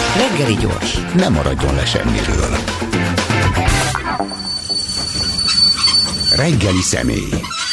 Reggeli gyors, nem maradjon le semmiről. Reggeli személy.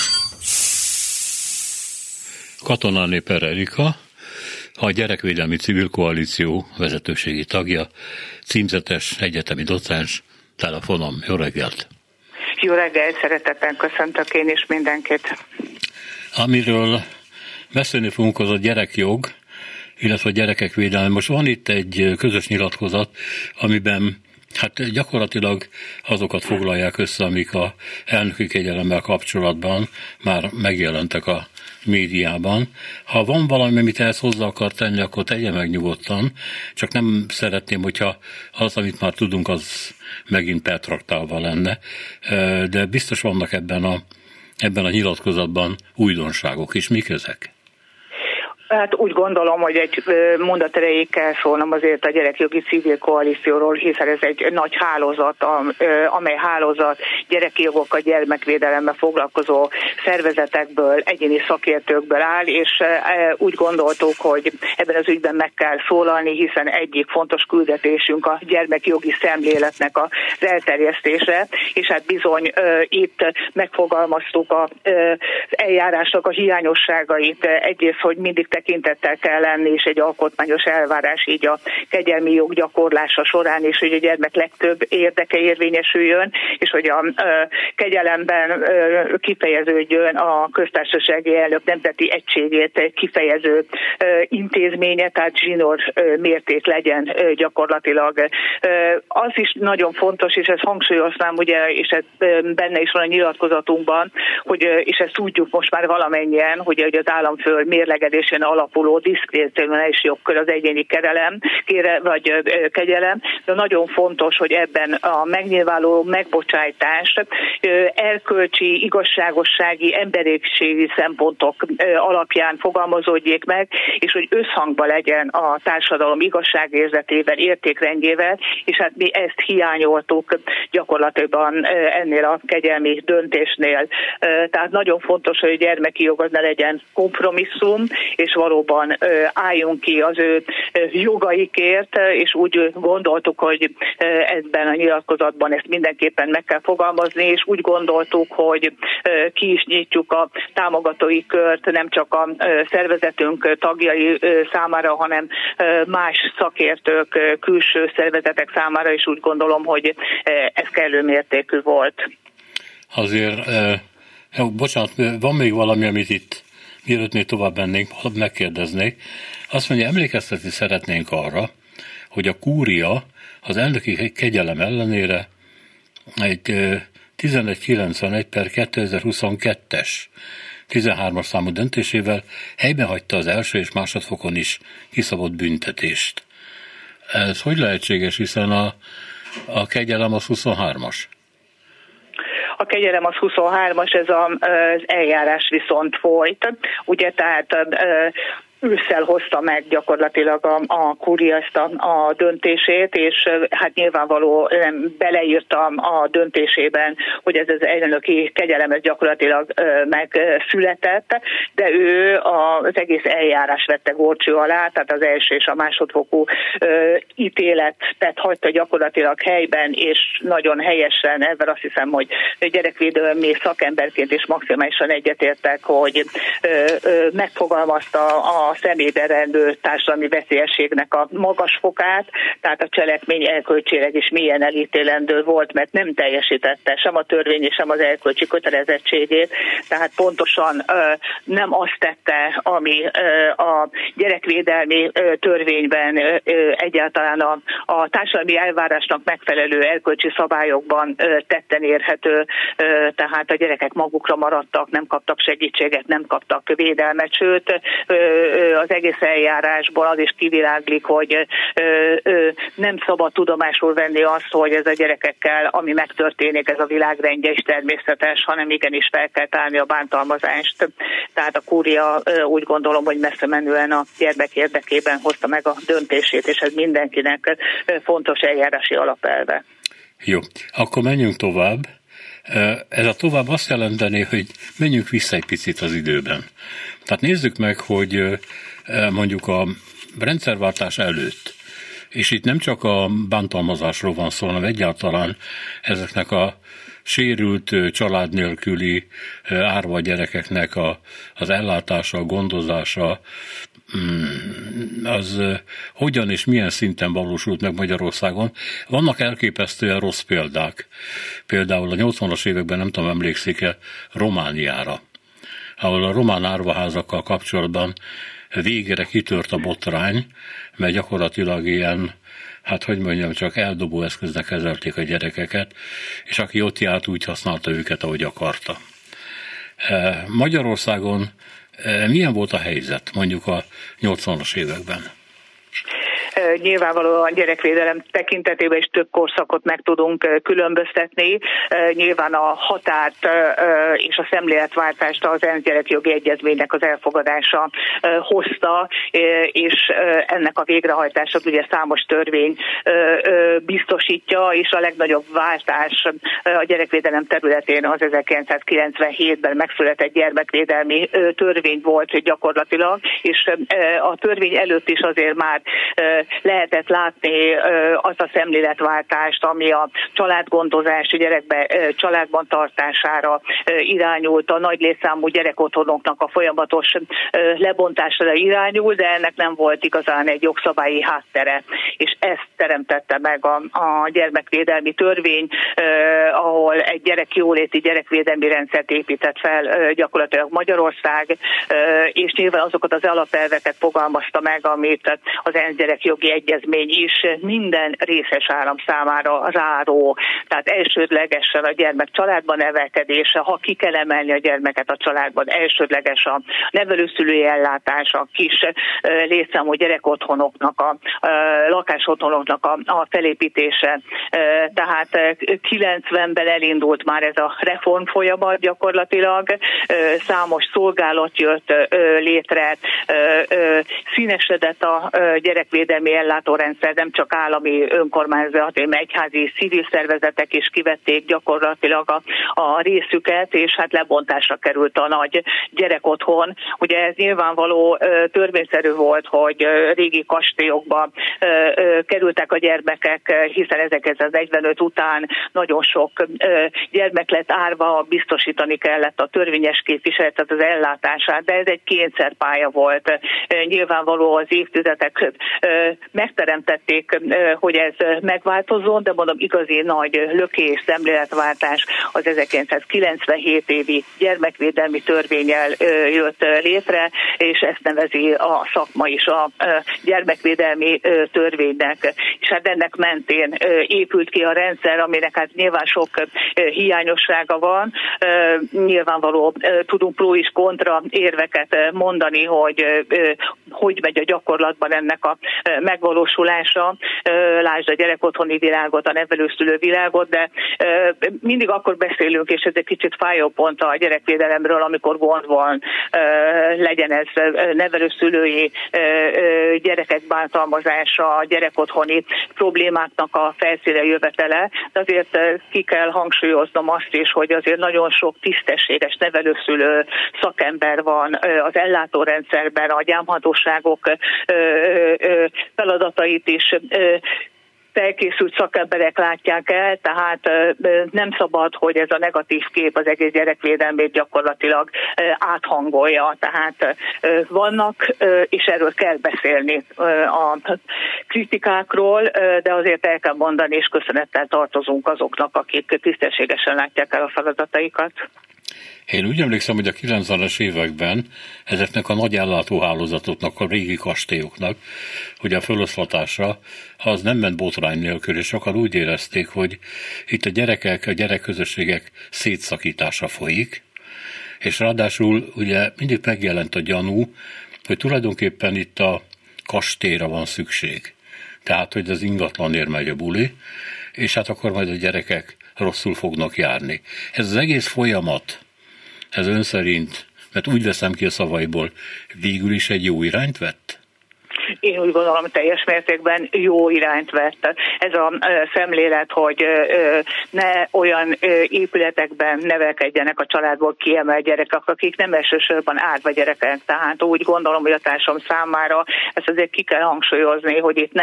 Katonáné Per Erika, a Gyerekvédelmi Civil Koalíció vezetőségi tagja, címzetes egyetemi docens, telefonom. Jó reggelt! Jó reggelt, szeretettel köszöntök én is mindenkit. Amiről beszélni fogunk, az a gyerekjog, illetve a gyerekek védelme. Most van itt egy közös nyilatkozat, amiben hát gyakorlatilag azokat foglalják össze, amik a elnöki kegyelemmel kapcsolatban már megjelentek a médiában. Ha van valami, amit ehhez hozzá akar tenni, akkor tegye meg nyugodtan, csak nem szeretném, hogyha az, amit már tudunk, az megint pertraktálva lenne, de biztos vannak ebben a nyilatkozatban újdonságok is. Mik ezek? Hát úgy gondolom, hogy egy mondat erejéig kell szólnom azért a Gyerekjogi Civil Koalícióról, hiszen ez egy nagy hálózat, amely hálózat gyereki jogokkal, gyermekvédelemmel foglalkozó szervezetekből, egyéni szakértőkből áll, és úgy gondoltuk, hogy ebben az ügyben meg kell szólalni, hiszen egyik fontos küldetésünk a gyermekjogi szemléletnek az elterjesztése, és hát bizony itt megfogalmaztuk az eljárásnak a hiányosságait, egyrészt, hogy mindig tekintettel kell lenni, és egy alkotmányos elvárás így a kegyelmi jog gyakorlása során is, hogy a gyermek legtöbb érdeke érvényesüljön, és hogy a kegyelemben kifejeződjön a köztársasági elnök nemzeti egységét kifejező intézménye, tehát zsinór mérték legyen gyakorlatilag. Az is nagyon fontos, és ezt hangsúlyoznám, ugye, és ez benne is van a nyilatkozatunkban, hogy, és ezt tudjuk most már valamennyien, hogy az államföld mérlegedésén alapuló diszkrécionális jogkör az egyéni kegyelem, de nagyon fontos, hogy ebben a megnyilvánuló megbocsájtást erkölcsi, igazságossági, emberiségi szempontok alapján fogalmazódjék meg, és hogy összhangba legyen a társadalom igazságérzetével, értékrendjével, és hát mi ezt hiányoltuk gyakorlatilag ennél a kegyelmi döntésnél. Tehát nagyon fontos, hogy a gyermeki jog az ne legyen kompromisszum, és valóban álljunk ki az ő jogaikért, és úgy gondoltuk, hogy ebben a nyilatkozatban ezt mindenképpen meg kell fogalmazni, és úgy gondoltuk, hogy ki is nyitjuk a támogatói kört nem csak a szervezetünk tagjai számára, hanem más szakértők, külső szervezetek számára is úgy gondolom, hogy ez kellő mértékű volt. Azért, bocsánat, van még valami, amit itt mielőtt még tovább mennénk, megkérdeznék. Azt mondja, emlékeztetni szeretnénk arra, hogy a kúria az elnöki kegyelem ellenére egy 1191/2022-es 13-as számú döntésével helyben hagyta az első és másodfokon is kiszabott büntetést. Ez hogy lehetséges, hiszen a kegyelem az 23-as? A kegyelem az 23-as, ez az eljárás viszont folyt. Ugye tehát ősszel hozta meg gyakorlatilag a kúria ezt a döntését, és hát nyilvánvaló beleírta a döntésében, hogy ez az elnöki kegyelem ez gyakorlatilag megszületett, de ő az egész eljárás vette górcső alá, tehát az első és a másodfokú ítéletet hagyta gyakorlatilag helyben, és nagyon helyesen, ebben azt hiszem, hogy gyerekvédelmi szakemberként is maximálisan egyetértek, hogy megfogalmazta a személyben rendő társadalmi veszélyességnek a magas fokát, tehát a cselekmény erkölcsileg is mélyen elítélendő volt, mert nem teljesítette sem a törvény, sem az erkölcsi kötelezettségét, tehát pontosan nem azt tette, ami a gyerekvédelmi törvényben egyáltalán a társadalmi elvárásnak megfelelő erkölcsi szabályokban tetten érhető, tehát a gyerekek magukra maradtak, nem kaptak segítséget, nem kaptak védelmet, sőt, az egész eljárásból az is kiviláglik, hogy nem szabad tudomásul venni azt, hogy ez a gyerekekkel, ami megtörténik, ez a világrendje is természetes, hanem igenis fel kell tárni a bántalmazást. Tehát a kúria úgy gondolom, hogy messze menően a gyermek érdekében hozta meg a döntését, és ez mindenkinek fontos eljárási alapelve. Jó, akkor menjünk tovább. Ez a tovább azt jelenteni, hogy menjünk vissza egy picit az időben. Tehát nézzük meg, hogy mondjuk a rendszerváltás előtt És itt nem csak a bántalmazásról van szó, hanem egyáltalán ezeknek a sérült, család nélküli árva gyerekeknek az ellátása, a gondozása, az hogyan és milyen szinten valósult meg Magyarországon. Vannak elképesztően rossz példák. Például a 80-as években, nem tudom, emlékszik-e, Romániára, ahol a román árvaházakkal kapcsolatban végre kitört a botrány, mert gyakorlatilag ilyen, hát hogy mondjam, csak eldobó eszköznek kezelték a gyerekeket, és aki ott járt, úgy használta őket, ahogy akarta. Magyarországon milyen volt a helyzet mondjuk a 80-as években? Nyilvánvalóan a gyerekvédelem tekintetében is több korszakot meg tudunk különböztetni. Nyilván a határt és a szemléletváltást az ENSZ gyerekjogi egyezménynek az elfogadása hozta, és ennek a végrehajtását ugye számos törvény biztosítja, és a legnagyobb váltás a gyerekvédelem területén az 1997-ben megszületett gyermekvédelmi törvény volt gyakorlatilag, és a törvény előtt is azért már lehetett látni azt a szemléletváltást, ami a családgondozási családban tartására irányult, a nagy létszámú gyerekotthonoknak a folyamatos lebontására irányult, de ennek nem volt igazán egy jogszabályi háttere, és ezt teremtette meg a gyermekvédelmi törvény, ahol egy gyerekjóléti gyerekvédelmi rendszert épített fel gyakorlatilag Magyarország, és nyilván azokat az alapelveket fogalmazta meg, amit az ENSZ gyerekjogi egyezmény is minden részes állam számára ráró, tehát elsődlegesen a gyermek családban nevelkedése, ha ki kell emelni a gyermeket a családban, elsődleges a nevelőszülői ellátás, a kis létszámú gyerekotthonoknak, a lakásotthonoknak a felépítése. Tehát 90-ben elindult már ez a reform folyamat gyakorlatilag, számos szolgálat jött létre, színesedett a gyerekvédelmi ellátórendszer, nem csak állami önkormányzati, egyházi civil szervezetek is kivették gyakorlatilag a részüket, és hát lebontásra került a nagy gyerekotthon. Ugye ez nyilvánvaló törvényszerű volt, hogy régi kastélyokba kerültek a gyermekek, hiszen 1945 után nagyon sok gyermek lett árva, biztosítani kellett a törvényes képviseletet, az ellátását, de ez egy kényszerpálya volt. Nyilvánvaló az évtizedek megteremtették, hogy ez megváltozzon, de mondom, igazi nagy lökés, szemléletváltás az 1997 évi gyermekvédelmi törvénnyel jött létre, és ezt nevezi a szakma is a gyermekvédelmi törvénynek. És hát ennek mentén épült ki a rendszer, aminek hát nyilván sok hiányossága van. Nyilvánvaló tudunk pró és kontra érveket mondani, hogy megy a gyakorlatban ennek a megvalósulása, lásd a gyerekotthoni világot, a nevelőszülő világot, de mindig akkor beszélünk, és ez egy kicsit fájó pont a gyerekvédelemről, amikor gond van, legyen ez nevelőszülői gyerekek bántalmazása, gyerekotthoni problémáknak a felszínre jövetele, de azért ki kell hangsúlyoznom azt is, hogy azért nagyon sok tisztességes nevelőszülő szakember van az ellátórendszerben, a gyámhatóságok feladatait is felkészült szakemberek látják el, tehát nem szabad, hogy ez a negatív kép az egész gyerekvédelmét gyakorlatilag áthangolja. Tehát vannak, és erről kell beszélni a kritikákról, de azért el kell mondani, és köszönettel tartozunk azoknak, akik tisztességesen látják el a feladataikat. Én úgy emlékszem, hogy a 90-es években ezeknek a nagy ellátóhálózatoknak, a régi kastélyoknak, hogy a feloszlatása az nem ment botrány nélkül, és sokan úgy érezték, hogy itt a gyerekközösségek szétszakítása folyik, és ráadásul ugye mindig megjelent a gyanú, hogy tulajdonképpen itt a kastélyra van szükség. Tehát, hogy az ingatlanért megy a buli, és hát akkor majd a gyerekek rosszul fognak járni. Ez az egész folyamat, ez ön szerint, mert úgy veszem ki a szavaiból, végül is egy jó irányt vett? én úgy gondolom teljes mértékben jó irányt vett. Ez a szemlélet, hogy ne olyan épületekben nevelkedjenek a családból kiemelt gyerekek, akik nem elsősorban árva gyerekek. Tehát úgy gondolom, hogy a társam számára ezt azért ki kell hangsúlyozni, hogy itt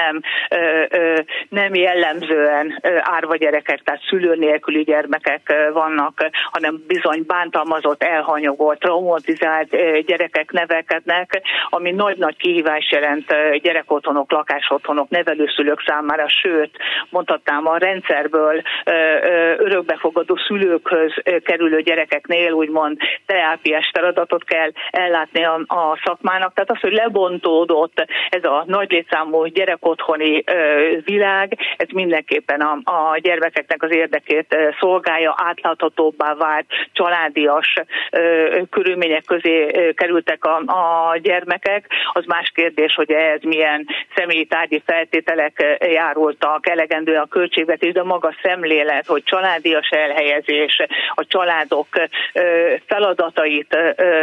nem jellemzően árva gyerekek, tehát szülő nélküli gyermekek vannak, hanem bizony bántalmazott, elhanyagolt, traumatizált gyerekek nevelkednek, ami nagy-nagy kihívás jelent gyerekotthonok, lakásotthonok, nevelőszülők számára, sőt, mondhatnám a rendszerből örökbefogadó szülőkhöz kerülő gyerekeknél úgymond terápiás feladatot kell ellátni a szakmának. Tehát az, hogy lebontódott ez a nagy létszámú gyerekotthoni világ, ez mindenképpen a gyermekeknek az érdekét szolgálja, átláthatóbbá vált, családias körülmények közé kerültek a gyermekek. Az más kérdés, hogy ez milyen személyi tárgyi feltételek járultak, elegendő a költségvetés, de maga szemlélet, hogy családias elhelyezés, a családok feladatait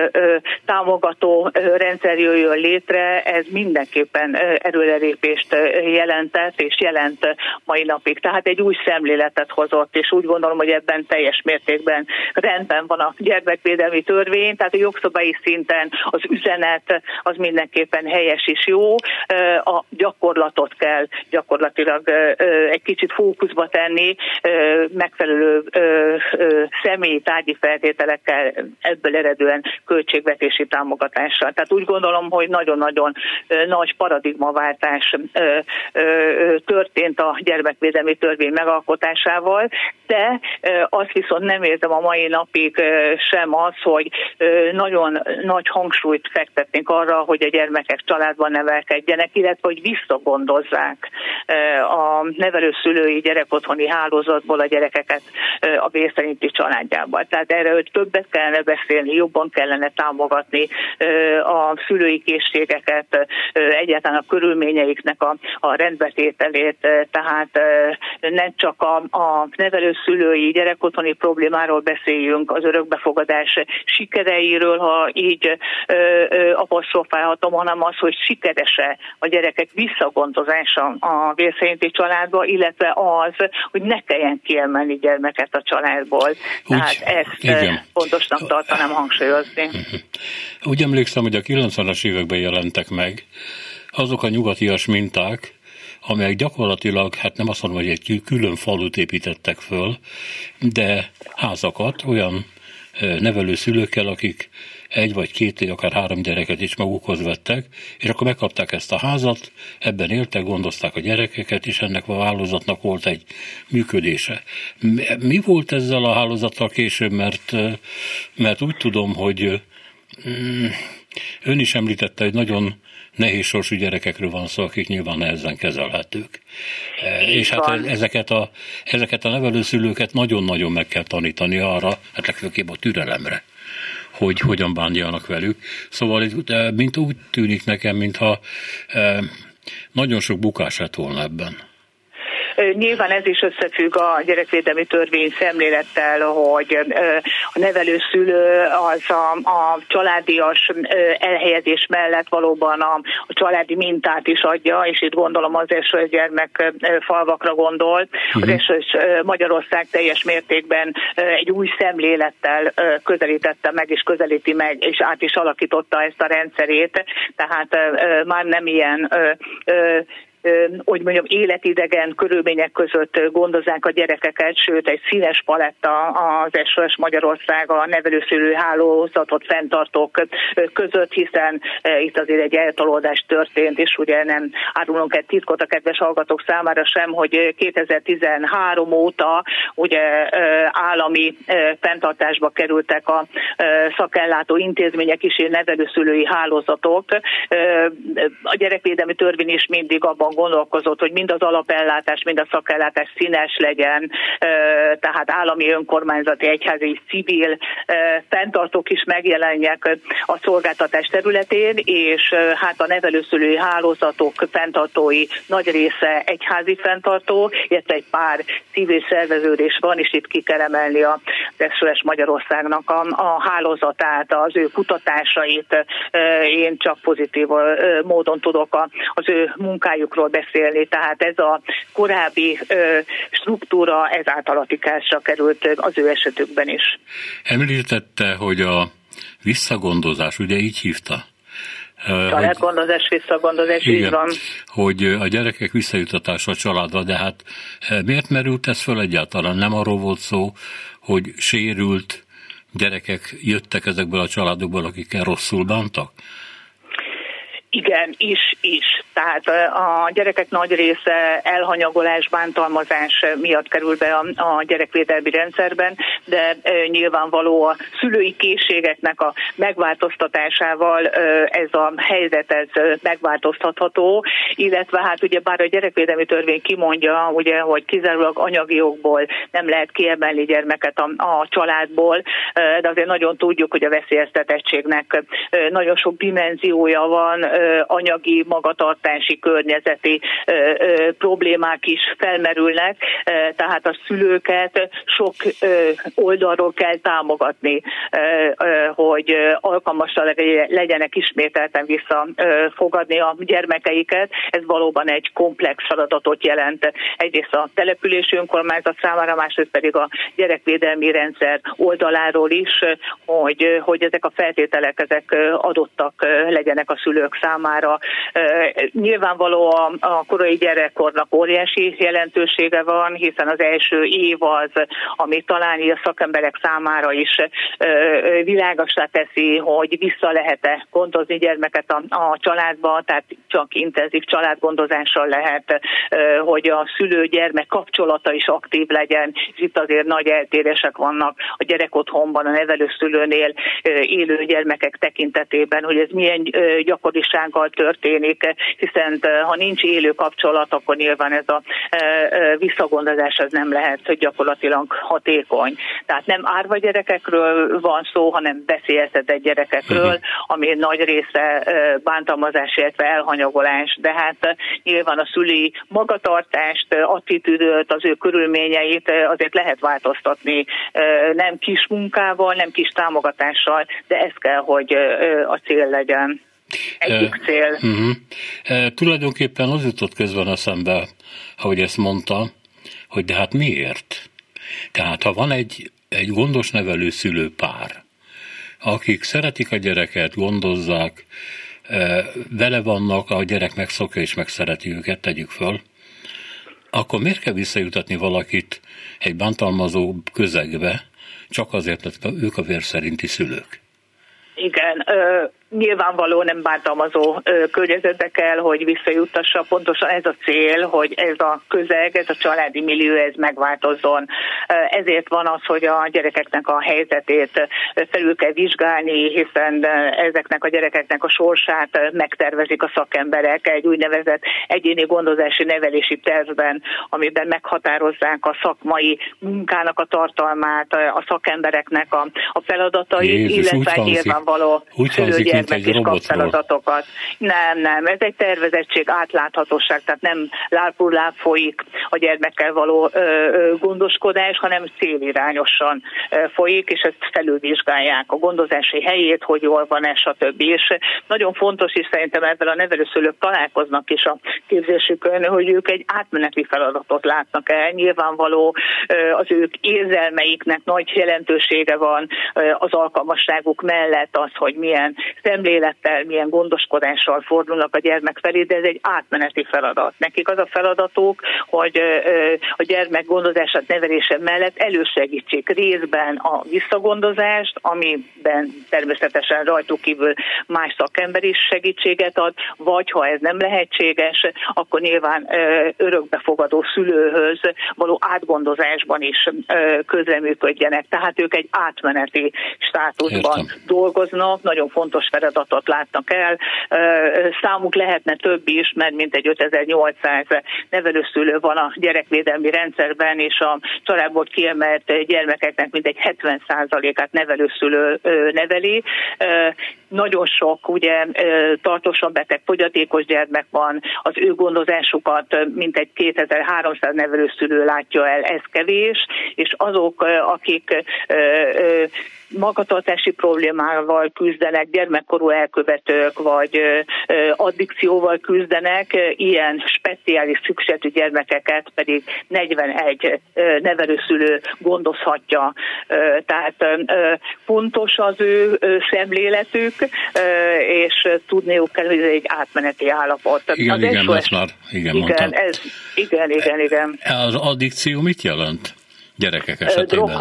támogató rendszer jöjjön létre, ez mindenképpen erőrelépést jelentett és jelent mai napig. Tehát egy új szemléletet hozott, és úgy gondolom, hogy ebben teljes mértékben rendben van a gyermekvédelmi törvény, tehát a jogszabályi szinten az üzenet az mindenképpen helyes és jó. A gyakorlatot kell gyakorlatilag egy kicsit fókuszba tenni, megfelelő személyi tárgyi feltételekkel, ebből eredően költségvetési támogatással. Tehát úgy gondolom, hogy nagyon-nagyon nagy paradigmaváltás történt a gyermekvédelmi törvény megalkotásával, de azt viszont nem érzem a mai napig sem az, hogy nagyon nagy hangsúlyt fektetnénk arra, hogy a gyermekek családban nevelkedjenek, illetve hogy visszagondozzák a nevelőszülői gyerekotthoni hálózatból a gyerekeket a vérszerinti családjába. Tehát erről többet kellene beszélni, jobban kellene támogatni a szülői készségeket, egyáltalán a körülményeiknek a rendbetételét, tehát nem csak a nevelőszülői gyerekotthoni problémáról beszéljünk, az örökbefogadás sikereiről, ha így apostrofálhatom, hanem az, hogy sikeres-e a gyerekek visszagondozása a vérszerinti családba, illetve az, hogy ne kelljen kiemelni gyermeket a családból. Tehát ezt fontosnak tartanám hangsúlyozni. Úgy emlékszem, hogy a 90-es években jelentek meg azok a nyugatias minták, amelyek gyakorlatilag, hát nem azt mondom, hogy egy külön falut építettek föl, de házakat olyan nevelőszülőkkel, akik egy vagy két, akár 3 gyereket is magukhoz vettek, és akkor megkapták ezt a házat, ebben éltek, gondozták a gyerekeket, és ennek a hálózatnak volt egy működése. Mi volt ezzel a hálózattal később, mert úgy tudom, hogy ön is említette, hogy nagyon nehéz sorsú gyerekekről van szó, akik nyilván nehezen kezelhetők. És hát ezeket a nevelőszülőket nagyon-nagyon meg kell tanítani arra, hát legfőképp a türelemre, hogy hogyan bánjanak velük. Szóval mint úgy tűnik nekem, mintha nagyon sok bukás lett volna ebben. Nyilván ez is összefügg a gyerekvédelmi törvény szemlélettel, hogy a nevelőszülő az a családias elhelyezés mellett valóban a családi mintát is adja, és itt gondolom az SOS gyermek falvakra gondolt. Az SOS Magyarország teljes mértékben egy új szemlélettel közelítette meg, és közelíti meg, és át is alakította ezt a rendszerét. Tehát már nem ilyen hogy mondjam, életidegen körülmények között gondozzák a gyerekeket, sőt egy színes paletta az SOS Magyarország a nevelőszülő hálózatot fenntartók között, hiszen itt azért egy eltolódás történt, és ugye nem árulunk egy titkot a kedves hallgatók számára sem, hogy 2013 óta ugye állami fenntartásba kerültek a szakellátó intézmények is, és nevelőszülői hálózatok. A gyerekvédelmi törvény is mindig abban gondolkozott, hogy mind az alapellátás, mind a szakellátás színes legyen, tehát állami, önkormányzati, egyházi, civil fenntartók is megjelenjenek a szolgáltatás területén, és hát a nevelőszülői hálózatok fenntartói nagy része egyházi fenntartó, illetve egy pár civil szerveződés van, és itt ki kell emelni a SOS Magyarországnak a hálózatát, az ő kutatásait. Én csak pozitív módon tudok az ő munkájukról beszélni, tehát ez a korábbi struktúra ez átalakulásra került az ő esetükben is. Említette, hogy a visszagondozás, ugye így hívta? Családgondozás, visszagondozás, így van. Hogy a gyerekek visszajutatása a családba, de hát miért merült ez föl egyáltalán? Nem arról volt szó, hogy sérült gyerekek jöttek ezekből a családokból, akikkel rosszul bántak? Igen, is. Tehát a gyerekek nagy része elhanyagolás, bántalmazás miatt kerül be a gyerekvédelmi rendszerben, de nyilvánvaló a szülői készségeknek a megváltoztatásával ez a helyzet ez megváltoztatható, illetve hát ugye bár a gyerekvédelmi törvény kimondja, ugye, hogy kizárólag anyagi okból nem lehet kiemelni gyermeket a családból, de azért nagyon tudjuk, hogy a veszélyeztetettségnek nagyon sok dimenziója van, anyagi, magatartási, környezeti problémák is felmerülnek, tehát a szülőket sok oldalról kell támogatni, hogy alkalmasak legyenek ismételten visszafogadni a gyermekeiket. Ez valóban egy komplex feladatot jelent. Egyrészt a települési önkormányzat számára, másrészt pedig a gyerekvédelmi rendszer oldaláról is, hogy ezek a feltételek ezek adottak legyenek a szülők számára. Nyilvánvaló a korai gyerekkornak óriási jelentősége van, hiszen az első év az, ami talán a szakemberek számára is világossá teszi, hogy vissza lehet-e gondozni gyermeket a családba, tehát csak intenzív családgondozással lehet, hogy a szülő-gyermek kapcsolata is aktív legyen, és itt azért nagy eltérések vannak a gyerekotthonban, a nevelőszülőnél élő gyermekek tekintetében, hogy ez milyen gyakorisággal történik, hiszen ha nincs élő kapcsolat, akkor nyilván ez a visszagondozás az nem lehet gyakorlatilag hatékony. Tehát nem árva gyerekekről van szó, hanem veszélyeztetett gyerekekről, ami nagy része bántalmazás, illetve elhanyagolás, de hát nyilván a szülői magatartást, attitűdöt, az ő körülményeit azért lehet változtatni, nem kis munkával, nem kis támogatással, de ez kell, hogy a cél legyen. Egyik cél. Tulajdonképpen az jutott közben eszembe, ahogy ezt mondta, hogy de hát miért? Tehát ha van egy gondos nevelő szülőpár, akik szeretik a gyereket, gondozzák, vele vannak, a gyerek megszokja és megszereti őket, tegyük föl, akkor miért kell visszajutatni valakit egy bántalmazó közegbe, csak azért, mert ők a vér szerinti szülők? Igen, nyilvánvaló nem bántalmazó környezetbe kell, hogy visszajuttassa. Pontosan ez a cél, hogy ez a közeg, ez a családi millió, ez megváltozzon. Ezért van az, hogy a gyerekeknek a helyzetét felül kell vizsgálni, hiszen ezeknek a gyerekeknek a sorsát megtervezik a szakemberek egy úgynevezett egyéni gondozási nevelési tervben, amiben meghatározzák a szakmai munkának a tartalmát, a szakembereknek a feladatait, illetve nyilvánvaló szülő-gyermek kapcsolatokat. Nem, ez egy tervezettség, átláthatóság, tehát nem lábról láb folyik a gyermekkel való gondoskodás, hanem célirányosan folyik, és ezt felülvizsgálják a gondozási helyét, hogy jól van-e, stb. És nagyon fontos is szerintem ebben a nevelőszülők találkoznak is a képzésükön, hogy ők egy átmeneti feladatot látnak el. Nyilvánvaló az ők érzelmeiknek nagy jelentősége van az alkalmasságuk mellett az, hogy milyen szemlélettel, milyen gondoskodással fordulnak a gyermek felé, de ez egy átmeneti feladat. Nekik az a feladatuk, hogy a gyermek gondozását, nevelése mellett elősegítsék részben a visszagondozást, amiben természetesen rajtuk kívül más szakember is segítséget ad, vagy ha ez nem lehetséges, akkor nyilván örökbefogadó szülőhöz való átgondozásban is közreműködjenek. Tehát ők egy átmeneti státuszban dolgoznak, nagyon fontos feladatot látnak el. Számuk lehetne több is, mert mintegy 5800 nevelőszülő van a gyerekvédelmi rendszerben, és a családból kiemelt gyermekeknek mintegy 70%-át nevelőszülő neveli. nagyon sok ugye tartósan beteg fogyatékos gyermek van, az ő gondozásukat mintegy 2300 nevelőszülő látja el, ez kevés, és azok, akik magatartási problémával küzdenek, gyermekkorú elkövetők, vagy addikcióval küzdenek, ilyen speciális szükségletű gyermekeket pedig 41 nevelőszülő gondozhatja. Tehát fontos az ő szemléletük, és tudniuk kell, hogy ez egy átmeneti állapot. Igen, ezt már mondtam. Igen. Az addikció mit jelent? Gyerekek esetében.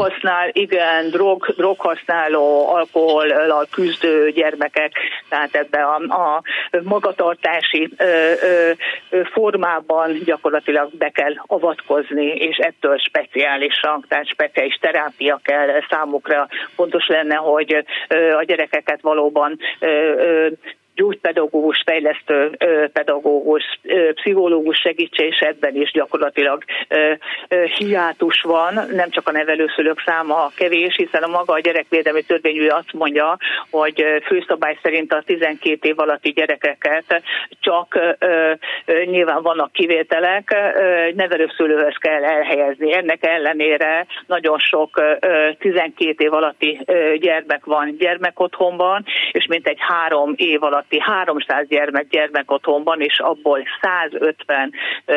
Droghasználó, alkohollal küzdő gyermekek, tehát ebben a magatartási formában gyakorlatilag be kell avatkozni, és ettől speciálisan, tehát speciális terápia kell számukra. Fontos lenne, hogy a gyerekeket valóban gyógypedagógus, fejlesztő pedagógus, pszichológus segítse, és ebben is gyakorlatilag hiátus van, nem csak a nevelőszülők száma kevés, hiszen a maga a gyerekvédelmi törvényű azt mondja, hogy főszabály szerint a 12 év alatti gyerekeket csak nyilván vannak kivételek, nevelőszülőhöz kell elhelyezni. Ennek ellenére nagyon sok 12 év alatti gyermek van gyermekotthonban, és mintegy 3 év alatt 300 gyermekotthonban, és abból 150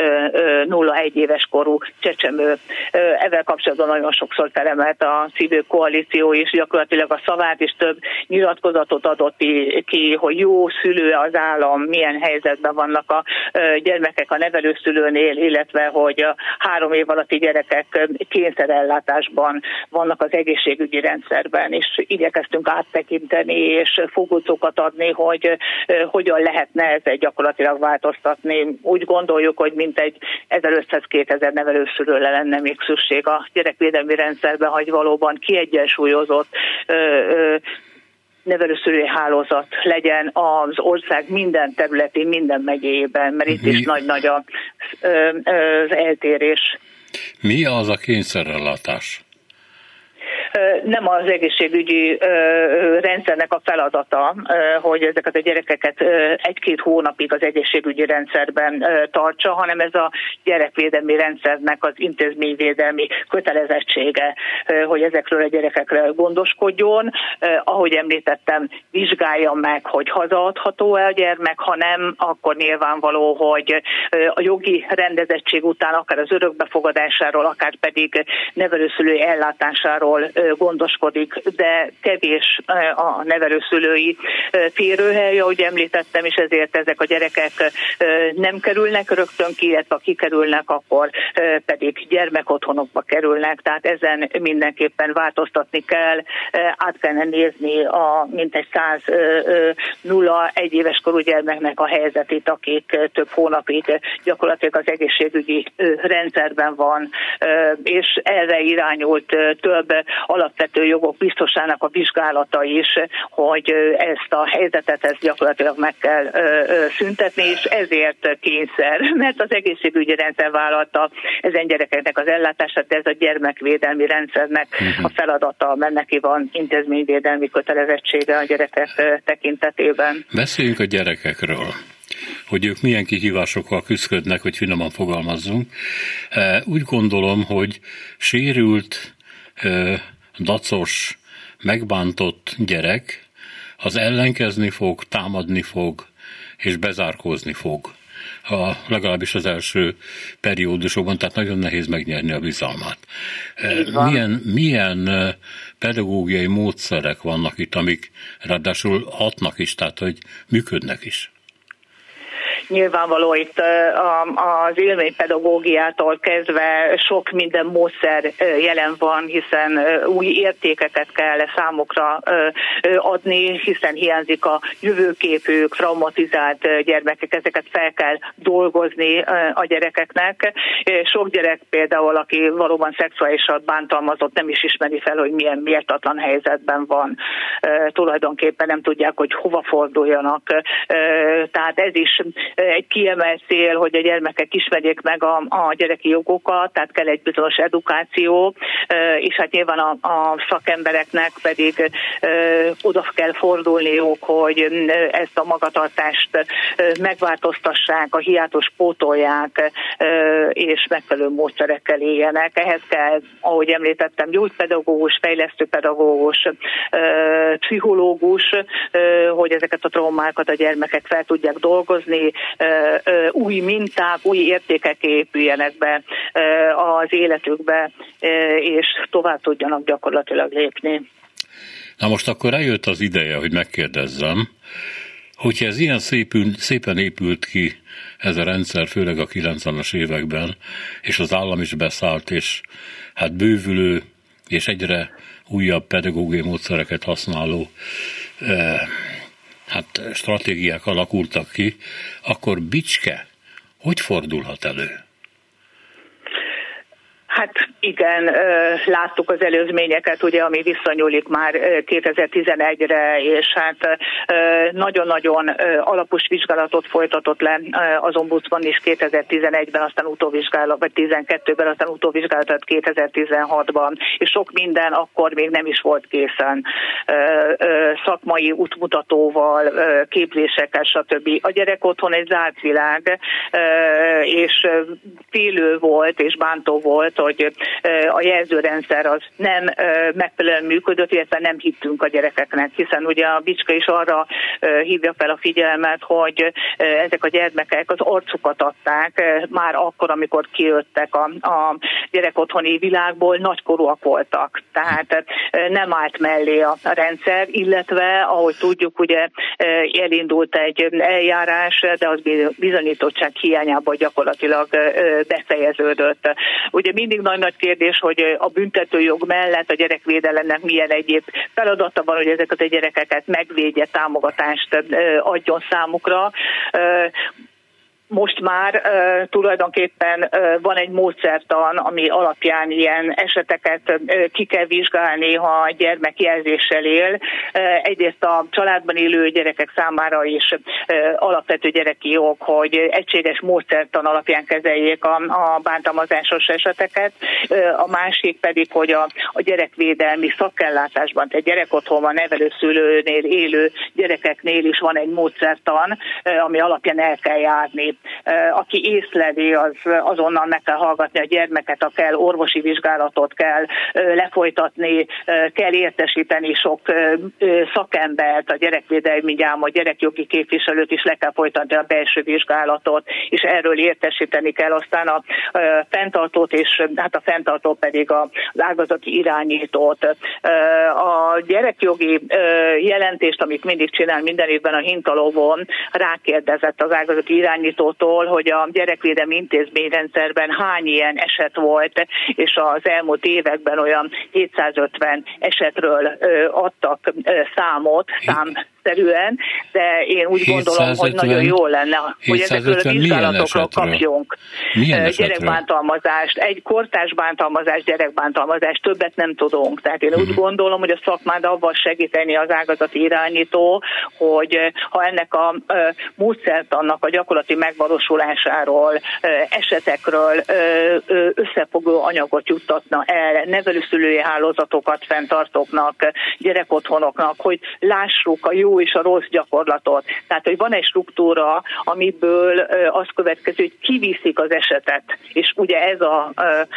0-1 éves korú csecsemő. Ezzel kapcsolatban nagyon sokszor felemelt a Szívő Koalíció is, gyakorlatilag a szavát is több nyilatkozatot adott ki, hogy jó szülő az állam, milyen helyzetben vannak a gyermekek a nevelőszülőnél, illetve hogy a 3 év alatti gyerekek kényszerellátásban vannak az egészségügyi rendszerben, és igyekeztünk áttekinteni és fogócokat adni, hogy hogyan lehetne ezzel gyakorlatilag változtatni. Úgy gondoljuk, hogy mintegy 1500-2000 nevelőszülőre lenne még szükség a gyerekvédelmi rendszerben, hogy valóban kiegyensúlyozott nevelőszülői hálózat legyen az ország minden területén, minden megyében, mert itt is nagy az eltérés. Mi az a kényszerellátás? Nem az egészségügyi rendszernek a feladata, hogy ezeket a gyerekeket 1-2 hónapig az egészségügyi rendszerben tartsa, hanem ez a gyerekvédelmi rendszernek az intézményvédelmi kötelezettsége, hogy ezekről a gyerekekről gondoskodjon. Ahogy említettem, vizsgálja meg, hogy hazaadható-e a gyermek, ha nem, akkor nyilvánvaló, hogy a jogi rendezettség után akár az örökbefogadásáról, akár pedig nevelőszülői ellátásáról gondoskodik, de kevés a nevelőszülői férőhely, ahogy említettem, és ezért ezek a gyerekek nem kerülnek rögtön ki, illetve ha kikerülnek, akkor pedig gyermekotthonokba kerülnek, tehát ezen mindenképpen változtatni kell, át kellene nézni a mintegy 100 0-1 éves korú gyermeknek a helyzetét, akik több hónapig gyakorlatilag az egészségügyi rendszerben van, és erre irányult több alapvető jogok biztosának a vizsgálata is, hogy ezt a helyzetet gyakorlatilag meg kell szüntetni, és ezért kényszer, mert az egészségügyi rendszer vállalta ezen gyerekeknek az ellátását, de ez a gyermekvédelmi rendszernek a feladata, mert neki van intézményvédelmi kötelezettsége a gyerekek tekintetében. Beszéljünk a gyerekekről, hogy ők milyen kihívásokkal küzdködnek, hogy finoman fogalmazzunk. Úgy gondolom, hogy sérült, dacos, megbántott gyerek az ellenkezni fog, támadni fog, és bezárkózni fog. Legalábbis az első periódusokban, tehát nagyon nehéz megnyerni a bizalmát. Milyen pedagógiai módszerek vannak itt, amik ráadásul hatnak is, tehát hogy működnek is? Nyilvánvaló itt az élménypedagógiától kezdve sok minden módszer jelen van, hiszen új értékeket kell számukra adni, hiszen hiányzik a jövőképük, traumatizált gyermekek, ezeket fel kell dolgozni a gyerekeknek. Sok gyerek például, aki valóban szexuálisan bántalmazott, nem is ismeri fel, hogy milyen méltatlan helyzetben van. Tulajdonképpen nem tudják, hogy hova forduljanak. Tehát ez is egy kiemelt cél, hogy a gyermekek ismerjék meg a gyereki jogokat, tehát kell egy bizonyos edukáció, és hát nyilván a szakembereknek pedig oda kell fordulniuk, hogy ezt a magatartást megváltoztassák, a hiátus pótolják, és megfelelő módszerekkel éljenek. Ehhez kell, ahogy említettem, gyógypedagógus, fejlesztőpedagógus, pszichológus, hogy ezeket a traumákat a gyermekek fel tudják dolgozni, új minták, új értékek épüljenek be az életükbe, és tovább tudjanak gyakorlatilag lépni. Na most akkor eljött az ideje, hogy megkérdezzem, hogyha ez ilyen szépen épült ki ez a rendszer, főleg a 90-as években, és az állam is beszállt, és hát bővülő, és egyre újabb pedagógiai módszereket használó stratégiák alakultak ki, akkor Bicske hogy fordulhat elő? Hát igen, láttuk az előzményeket, ugye, ami visszanyúlik már 2011-re, és hát nagyon-nagyon alapos vizsgálatot folytatott le az ombudsman is 2011-ben, aztán utóvizsgálat, vagy 12-ben, aztán utóvizsgálatot 2016-ban, és sok minden akkor még nem is volt készen. Szakmai útmutatóval, képzésekkel, stb. A gyerek otthon egy zárt világ, és félő volt, és bántó volt, hogy a jelzőrendszer az nem megfelelően működött, illetve nem hittünk a gyerekeknek, hiszen ugye a Bicske is arra hívja fel a figyelmet, hogy ezek a gyermekek az arcukat adták már akkor, amikor kijöttek a gyerekotthoni világból, nagykorúak voltak. Tehát nem állt mellé a rendszer, illetve, ahogy tudjuk, ugye elindult egy eljárás, de az bizonyítottság hiányában gyakorlatilag befejeződött. Ugye mindig nagy kérdés, hogy a büntetőjog mellett a gyerekvédelemnek milyen egyéb feladata van, hogy ezeket a gyerekeket megvédje, támogatást adjon számukra. Most már tulajdonképpen van egy módszertan, ami alapján ilyen eseteket ki kell vizsgálni, ha a gyermek jelzéssel él. Egyrészt a családban élő gyerekek számára is alapvető gyereki jog, hogy egységes módszertan alapján kezeljék a bántalmazásos eseteket. A másik pedig, hogy a gyerekvédelmi szakellátásban, tehát gyerekotthonban nevelőszülőnél élő gyerekeknél is van egy módszertan, ami alapján el kell járni. Aki észleli, az azonnal meg kell hallgatni a gyermeket, ha kell orvosi vizsgálatot kell lefolytatni, kell értesíteni sok szakembert, a gyerekvédelmi gyámot, a gyerekjogi képviselőt is le kell folytatni a belső vizsgálatot, és erről értesíteni kell aztán a fenntartót, és hát a fenntartó pedig az ágazati irányítót. A gyerekjogi jelentést, amit mindig csinál minden évben a Hintalovon, rákérdezett az ágazati irányítót, hogy a gyerekvédelmi intézményrendszerben hány ilyen eset volt, és az elmúlt években olyan 750 esetről adtak számot, számszerűen, de én úgy gondolom, hogy nagyon jó lenne, hogy ezekről a vizsgálatokról kapjunk gyerekbántalmazást, egy kortárs bántalmazás, gyerekbántalmazás, többet nem tudunk. Tehát én úgy gondolom, hogy a szakmád abban segíteni az ágazati irányító, hogy ha ennek a módszertannak a gyakorlati megvalósulásáról, esetekről összefogó anyagot juttatna el nevelőszülői hálózatokat fenntartóknak, gyerekotthonoknak, hogy lássuk a jó és a rossz gyakorlatot. Tehát, hogy van egy struktúra, amiből az következő, hogy kiviszik az esetet. És ugye ez a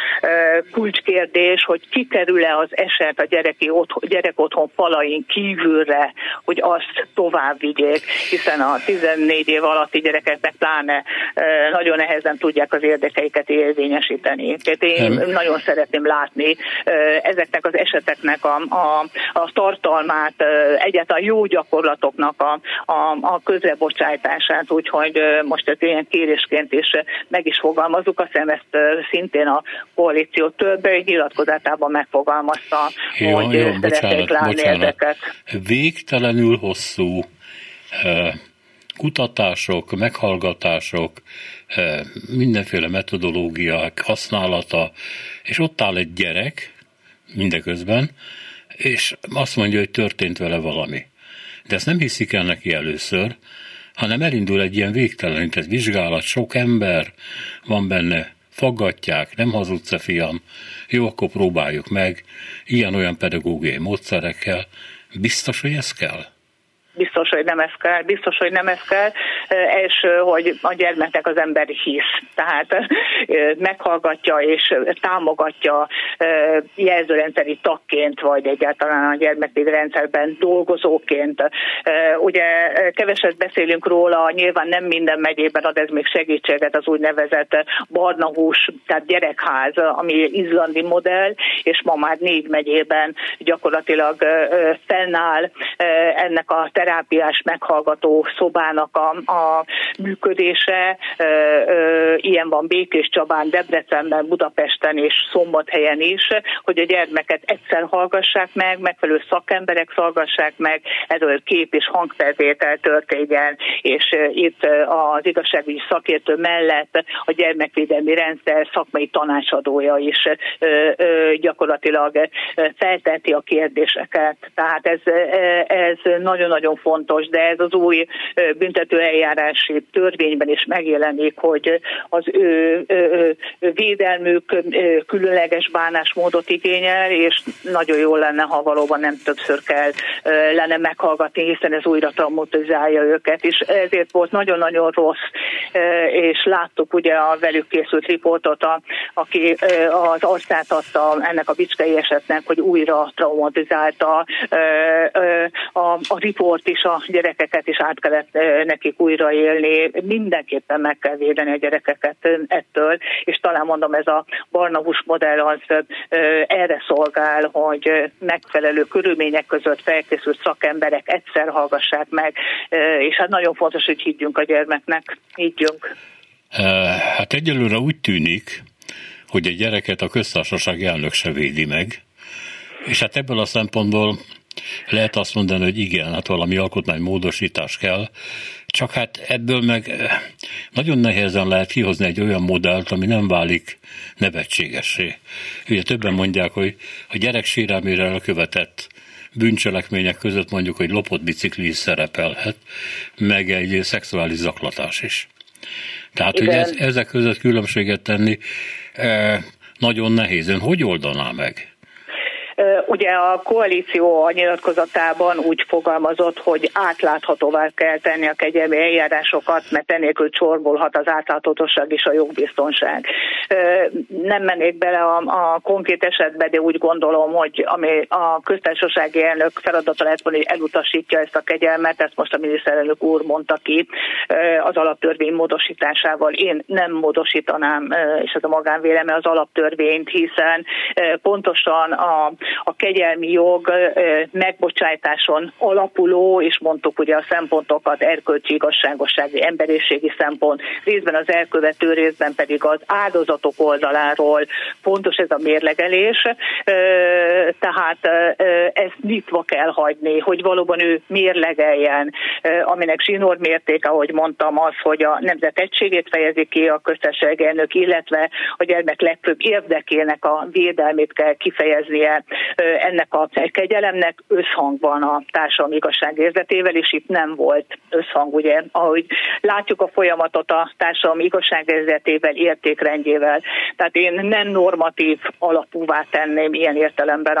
kulcskérdés, hogy kikerül-e az eset a gyerekotthon falain kívülre, hogy azt tovább vigyék, hiszen a 14 év alatti gyerekeknek pláne nagyon nehezen tudják az érdekeiket érvényesíteni. Tehát én nagyon szeretném látni ezeknek az eseteknek a tartalmát, egyáltalán jó gyakorlatoknak a közrebocsájtását, úgyhogy most ez ilyen kérésként is meg is fogalmazzuk, azt hiszem ezt szintén a koalíció több nyilatkozatában megfogalmazta, hogy szeretnék látni ezeket. Végtelenül hosszú kutatások, meghallgatások, mindenféle metodológiák használata, és ott áll egy gyerek mindeközben, és azt mondja, hogy történt vele valami. De ezt nem hiszik el neki először, hanem elindul egy ilyen végtelenített vizsgálat, sok ember van benne, faggatják, nem hazudsz-e fiam, jó, akkor próbáljuk meg, ilyen-olyan pedagógiai módszerekkel. Biztos, hogy ez kell? Biztos, hogy nem ez kell. Első, hogy a gyermeknek az ember hisz. Tehát meghallgatja és támogatja jelzőrendszeri tagként, vagy egyáltalán a gyermekvédelmi dolgozóként. Ugye keveset beszélünk róla, nyilván nem minden megyében ad ez még segítséget az úgynevezett barna hús, tehát gyerekház, ami izlandi modell, és ma már 4 megyében gyakorlatilag fennáll ennek a terápiás meghallgató szobának a működése. Ilyen van Békéscsabán, Debrecenben, Budapesten és Szombathelyen is, hogy a gyermeket egyszer hallgassák meg, megfelelő szakemberek hallgassák meg, erről kép- és hangfelvétel történjen, és itt az igazságügyi szakértő mellett a gyermekvédelmi rendszer szakmai tanácsadója is gyakorlatilag felteti a kérdéseket. Tehát ez nagyon-nagyon fontos, de ez az új büntetőeljárási törvényben is megjelenik, hogy az ő védelmük különleges bánásmódot igényel, és nagyon jó lenne, ha valóban nem többször lenne meghallgatni, hiszen ez újra traumatizálja őket, és ezért volt nagyon-nagyon rossz, és láttuk ugye a velük készült riportot, aki az arcát adta ennek a bicskei esetnek, hogy újra traumatizálta a riport is, a gyerekeket is át kellett nekik újraélni. Mindenképpen meg kell védeni a gyerekeket ettől, és talán mondom, ez a barna hús modell az erre szolgál, hogy megfelelő körülmények között felkészült szakemberek egyszer hallgassák meg, és hát nagyon fontos, hogy higgyünk a gyermeknek. Higgyünk. Hát egyelőre úgy tűnik, hogy a gyereket a köztársaság elnök se védi meg, és hát ebből a szempontból lehet azt mondani, hogy igen, hát valami alkotmánymódosítás kell, csak hát ebből meg nagyon nehezen lehet kihozni egy olyan modellt, ami nem válik nevetségessé. Ugye többen mondják, hogy a gyerek sérelmére elkövetett bűncselekmények között mondjuk, hogy lopott bicikli is szerepelhet, meg egy szexuális zaklatás is. Tehát, igen, hogy ezek között különbséget tenni nagyon nehéz. Ön hogy oldaná meg? Ugye a koalíció a nyilatkozatában úgy fogalmazott, hogy átláthatóvá kell tenni a kegyelmi eljárásokat, mert enélkül csorbolhat az átláthatóság és a jogbiztonság. Nem mennék bele a konkrét esetbe, de úgy gondolom, hogy ami a köztársasági elnök feladata lehet volna, hogy elutasítja ezt a kegyelmet, ezt most a miniszterelnök úr mondta ki az alaptörvény módosításával. Én nem módosítanám, és ez a magánvélemény, az alaptörvényt, hiszen pontosan a kegyelmi jog megbocsájtáson alapuló, és mondtuk ugye a szempontokat, erkölcsi, igazságossági, emberiségi szempont, részben az elkövető, részben pedig az áldozatok oldaláról fontos ez a mérlegelés, tehát ezt nyitva kell hagyni, hogy valóban ő mérlegeljen, aminek zsinórmértéke, ahogy mondtam, az, hogy a nemzet egységét fejezi ki a köztársasági elnök, illetve a gyermek legfőbb érdekének a védelmét kell kifejeznie ennek a kegyelemnek összhangban a társadalmi igazság érzetével, és itt nem volt összhang, ugye, ahogy látjuk a folyamatot a társadalmi igazság érzetével, értékrendjével. Tehát én nem normatív alapúvá tenném ilyen értelemben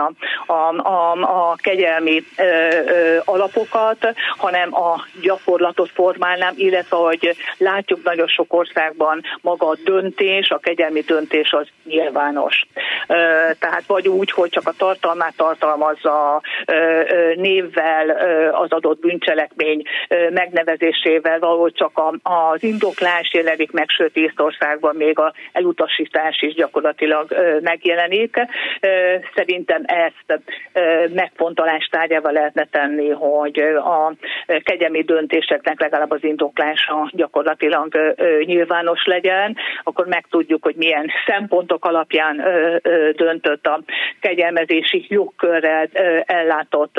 a kegyelmi alapokat, hanem a gyakorlatot formálnám, illetve hogy látjuk nagyon sok országban maga a döntés, a kegyelmi döntés az nyilvános. Tehát vagy úgy, hogy csak a tartalmát tartalmazza névvel, az adott bűncselekmény megnevezésével, valahogy csak az indoklás jelenik meg, sőt Észtországban még az elutasítás is gyakorlatilag megjelenik. Szerintem ezt megfontolás tárgyával lehetne tenni, hogy a kegyelmi döntéseknek legalább az indoklása gyakorlatilag nyilvános legyen, akkor megtudjuk, hogy milyen szempontok alapján döntött a kegyelmezési jogkörrel ellátott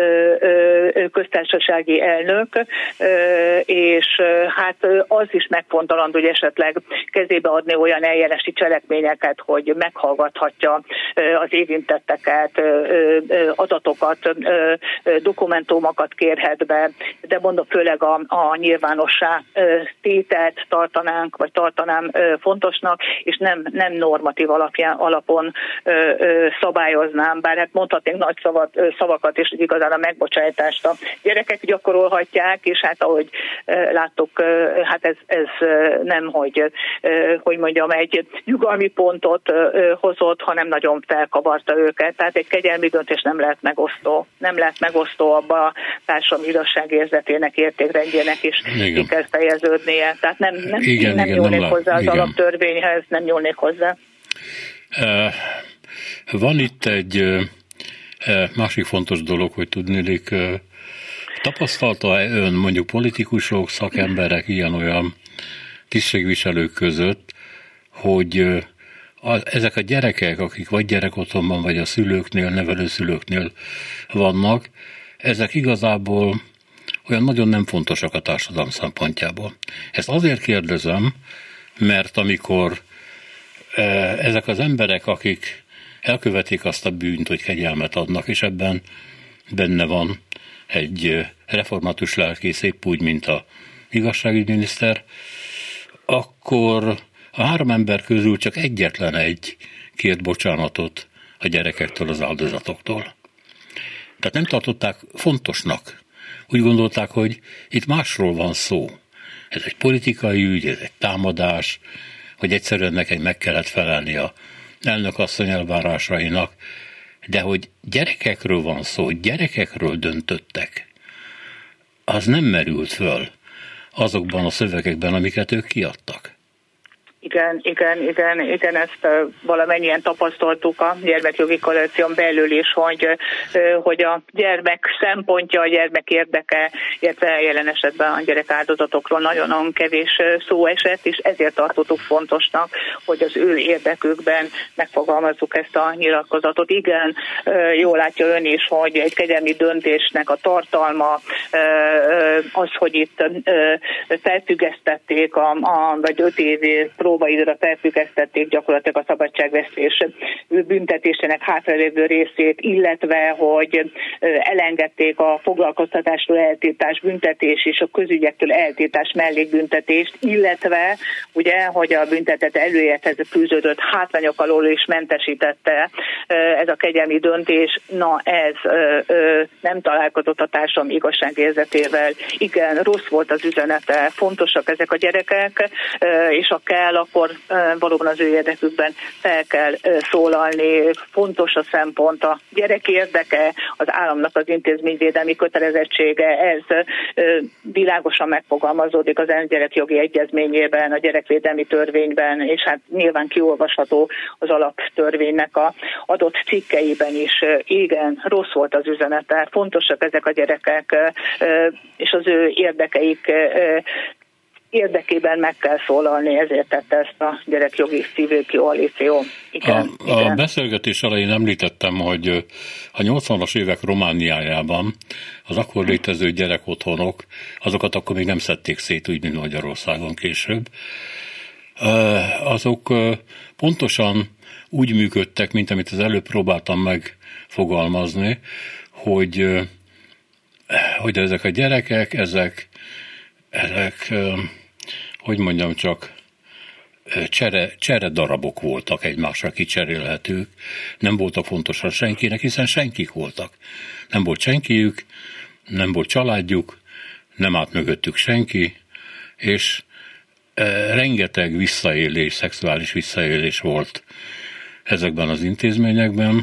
köztársasági elnök, és hát az is megfontolandó, hogy esetleg kezébe adni olyan eljárási cselekményeket, hogy meghallgathatja az érintetteket, adatokat, dokumentumokat kérhet be, de mondom, főleg a nyilvánossá tételt tartanám fontosnak, és nem normatív alapon szabályoznám, bár hát mondhatnék nagy szavakat, és igazán a megbocsájtást a gyerekek gyakorolhatják, és hát ahogy láttuk, hát ez nem, hogy mondjam, egy nyugalmi pontot hozott, hanem nagyon felkavarta őket. Tehát egy kegyelmi döntés nem lehet megosztó abba a társadalmi igazságérzetének, értékrendjének is ki kell fejeződnie. Tehát nem nyúlnék hozzá az alaptörvényhez, nem nyúlnék hozzá. Van itt egy másik fontos dolog, hogy tudniillik, tapasztalta ön mondjuk politikusok, szakemberek, ilyen-olyan tisztségviselők között, hogy ezek a gyerekek, akik vagy gyerekotthonban, vagy a szülőknél, nevelőszülőknél vannak, ezek igazából olyan nagyon nem fontosak a társadalom szempontjából. Ezt azért kérdezem, mert amikor ezek az emberek, akik elkövetik azt a bűnt, hogy kegyelmet adnak, és ebben benne van egy református lelkész, épp úgy, mint a igazságügyminiszter, akkor a 3 ember közül csak egyetlen egy kért bocsánatot a gyerekektől, az áldozatoktól. Tehát nem tartották fontosnak. Úgy gondolták, hogy itt másról van szó. Ez egy politikai ügy, ez egy támadás, hogy egyszerűen nekem meg kellett felelni a elnökasszony elvárásainak, de hogy gyerekekről van szó, gyerekekről döntöttek, az nem merült föl azokban a szövegekben, amiket ők kiadtak. Igen, ezt valamennyien tapasztaltuk a gyermekjogi koalíción belül is, hogy a gyermek szempontja, a gyermek érdeke, illetve jelen esetben a gyerek áldozatokról nagyon kevés szó esett, és ezért tartottuk fontosnak, hogy az ő érdekükben megfogalmazzuk ezt a nyilatkozatot. Igen, jól látja ön is, hogy egy kegyelmi döntésnek a tartalma az, hogy itt felfüggesztették vagy 5 év próbaidőre felfüggesztették gyakorlatilag a szabadságvesztés büntetésének hátralévő részét, illetve hogy elengedték a foglalkoztatásról eltiltás büntetés és a közügyektől eltiltás mellékbüntetést, illetve ugye, hogy a büntetett előélethez fűződött hátrányok alól is mentesítette ez a kegyelmi döntés. Na ez nem találkozott a társadalom igazságérzetével. Igen, rossz volt az üzenete, fontosak ezek a gyerekek, és ha kell, akkor valóban az ő érdekükben fel kell szólalni. Fontos a szempont, a gyerek érdeke, az államnak az intézményvédelmi kötelezettsége, ez világosan megfogalmazódik az ENSZ gyerekjogi egyezményében, a gyerekvédelmi törvényben, és hát nyilván kiolvasható az alaptörvénynek a adott cikkeiben is. Igen, rossz volt az üzenete, fontosak ezek a gyerekek, és az ő érdekében meg kell szólalni, ezért tette ezt a gyerekjogi civil koalíció. Igen. A beszélgetés elején említettem, hogy a 80-as évek Romániájában az akkor létező gyerekotthonok, azokat akkor még nem szedték szét, úgy, mint Magyarországon később. Azok pontosan úgy működtek, mint amit az előbb próbáltam megfogalmazni, hogy ezek a gyerekek, ezek hogy mondjam csak, csere darabok voltak, egymásra kicserélhetők, nem voltak fontosan senkinek, hiszen senkik voltak. Nem volt senkiük, nem volt családjuk, nem állt mögöttük senki, és rengeteg visszaélés, szexuális visszaélés volt ezekben az intézményekben,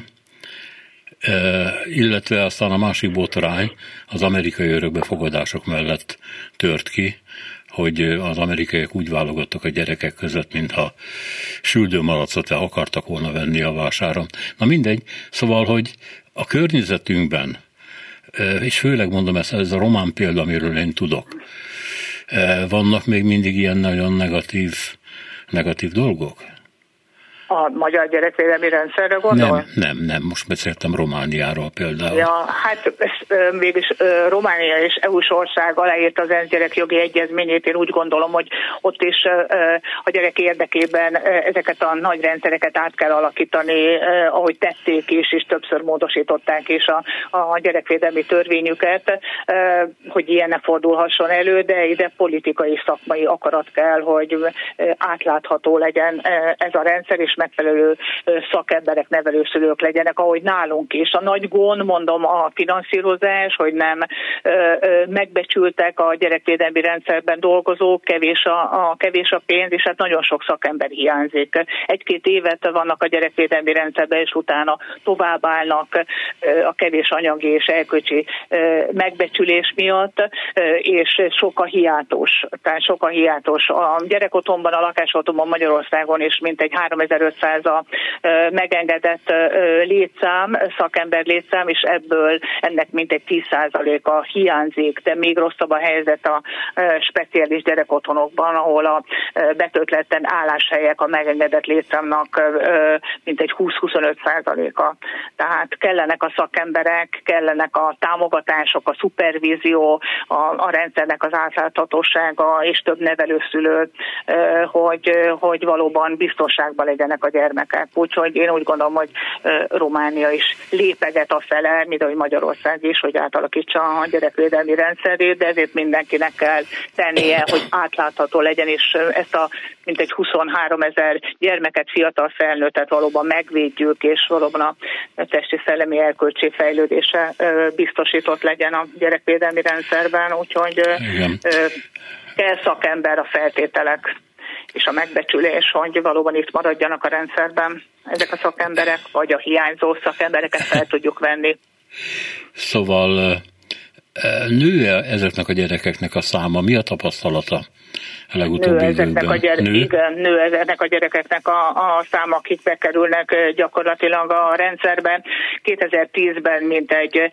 illetve aztán a másik botrány az amerikai örökbefogadások mellett tört ki, hogy az amerikaiak úgy válogattak a gyerekek között, mintha süldőmalacot akartak volna venni a vásáron. Na mindegy, szóval, hogy a környezetünkben, és főleg mondom ez a román példa, amiről én tudok, vannak még mindig ilyen nagyon negatív dolgok? A magyar gyerekvédelmi rendszerre gondol? Nem, most beszéltem Romániáról például. Ja, hát mégis Románia és EU-s ország aláírta az ENSZ gyerekjogi egyezményét, én úgy gondolom, hogy ott is a gyerek érdekében ezeket a nagy rendszereket át kell alakítani, ahogy tették is, és többször módosították is a gyerekvédelmi törvényüket, hogy ilyen ne fordulhasson elő, de ide politikai, szakmai akarat kell, hogy átlátható legyen ez a rendszer, és megfelelő szakemberek, nevelőszülők legyenek, ahogy nálunk is. A nagy gond, mondom, a finanszírozás, hogy nem megbecsültek a gyerekvédelmi rendszerben dolgozók, kevés a pénz, és hát nagyon sok szakember hiányzik. 1-2 évet vannak a gyerekvédelmi rendszerben, és utána továbbállnak a kevés anyagi és erkölcsi megbecsülés miatt, és sok a hiátus. Tehát sok a hiátus. A gyerekotthonban, a lakásotthonban Magyarországon is mintegy 3500 a megengedett létszám, szakember létszám, és ebből ennek mintegy 10%-a hiányzik, de még rosszabb a helyzet a speciális gyerekotthonokban, ahol a betöltletten álláshelyek a megengedett létszámnak mintegy 20-25%-a. Tehát kellenek a szakemberek, kellenek a támogatások, a szupervízió, a rendszernek az átláthatósága és több nevelőszülő, hogy valóban biztonságban legyenek a gyermekek. Úgyhogy én úgy gondolom, hogy Románia is lépeget afele, mint ahogy Magyarország is, hogy átalakítsa a gyerekvédelmi rendszerét, de ezért mindenkinek kell tennie, hogy átlátható legyen, és ezt a mintegy 23 000 gyermeket, fiatal felnőttet valóban megvédjük, és valóban a testi, szellemi, erkölcsi fejlődése biztosított legyen a gyerekvédelmi rendszerben, úgyhogy kell szakember, a feltételek és a megbecsülés, hogy valóban itt maradjanak a rendszerben ezek a szakemberek, vagy a hiányzó szakembereket fel tudjuk venni. Szóval nő ezeknek a gyerekeknek a száma? Mi a tapasztalata a legutóbbi időben? Nő ezeknek a gyerekeknek a száma, akik bekerülnek gyakorlatilag a rendszerben. 2010-ben mintegy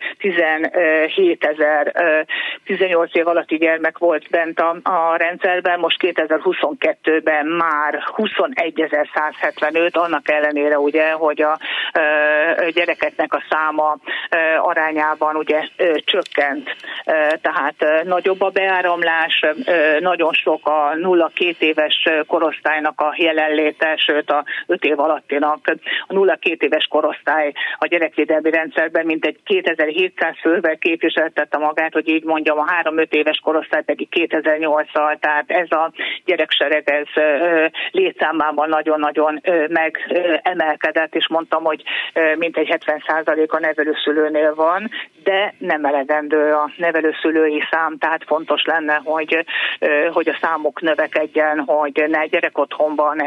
17 000 18 év alatti gyermek volt bent a rendszerben, most 2022-ben már 21 175, annak ellenére ugye, hogy a gyerekeknek a száma arányában ugye csökkent. Tehát nagyobb a beáramlás, nagyon sok a 0-2 éves korosztálynak a jelenléte, sőt a 5 év alattinak. A 0-2 éves korosztály a gyerekvédelmi rendszerben mintegy 2700 fővel képviseltette magát, hogy így mondjam, a 3-5 éves korosztály pedig 2008-al, tehát ez a gyereksereg ez létszámában nagyon-nagyon megemelkedett, és mondtam, hogy mintegy 70% a nevelőszülőnél van, de nem elegendő a nevelőszülői szám, tehát fontos lenne, hogy a számok növekedjen, hogy ne gyerekotthonban,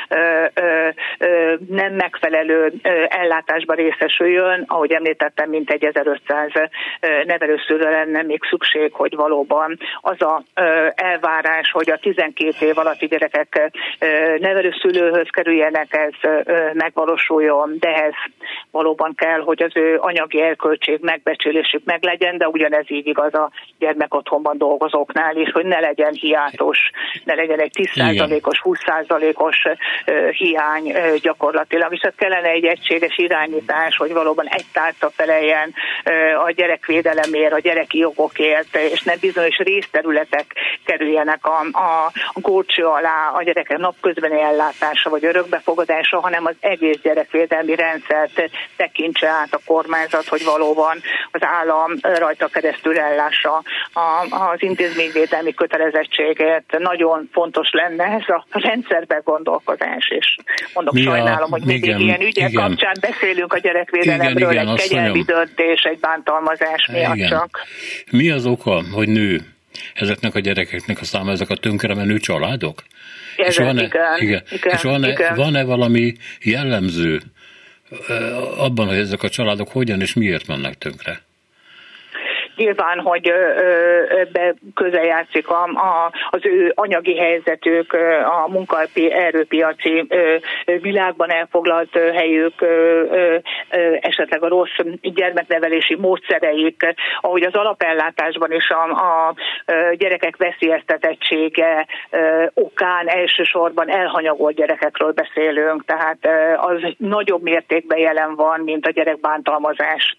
nem megfelelő ellátásban részesüljön, ahogy említettem, mintegy 1500 nevelőszülő lenne még szükség, hogy valóban az a elvárás, hogy a 12 év alatti gyerekek nevelőszülőhöz kerüljenek, ez megvalósuljon, de ez valóban kell, hogy az ő anyagi erköltség megbecsülésük meglegyen, de ugyanez így igaz a gyermekotthonban dolgozóknál is, hogy ne legyen hiátus, ne legyen egy 10%-os, 20%-os hiány gyakorlatilag. És kellene egy egységes irányítás, hogy valóban egy tárca feleljen a gyerekvédelemért, a gyereki jogokért, és ne bizonyos részterületek kerüljenek a górcső alá a gyerekek napközbeni ellátása vagy örökbefogadása, hanem az egész gyerekvédelmi rendszert tekintse át a kormányzat, hogy valóban az állam rajta keresztül ellássa az intézményvédelmi kötelezettséget. Nagyon fontos lenne ez a rendszerbe gondolkozás, és mondom, sajnálom, hogy mindig ilyen ügyek kapcsán beszélünk a gyerekvédelemről, egy kegyelmi döntés, egy bántalmazás miatt csak. Mi az oka, hogy nő ezeknek a gyerekeknek a száma, ezek a tönkremenő családok? És van-e valami jellemző abban, hogy ezek a családok hogyan és miért mennek tönkre? Nyilván, hogy ebbe közeljátszik az ő anyagi helyzetük, a munkaerőpiaci világban elfoglalt helyük, esetleg a rossz gyermeknevelési módszereik, ahogy az alapellátásban is a gyerekek veszélyeztetettsége okán elsősorban elhanyagolt gyerekekről beszélünk, tehát az nagyobb mértékben jelen van, mint a gyerekbántalmazás.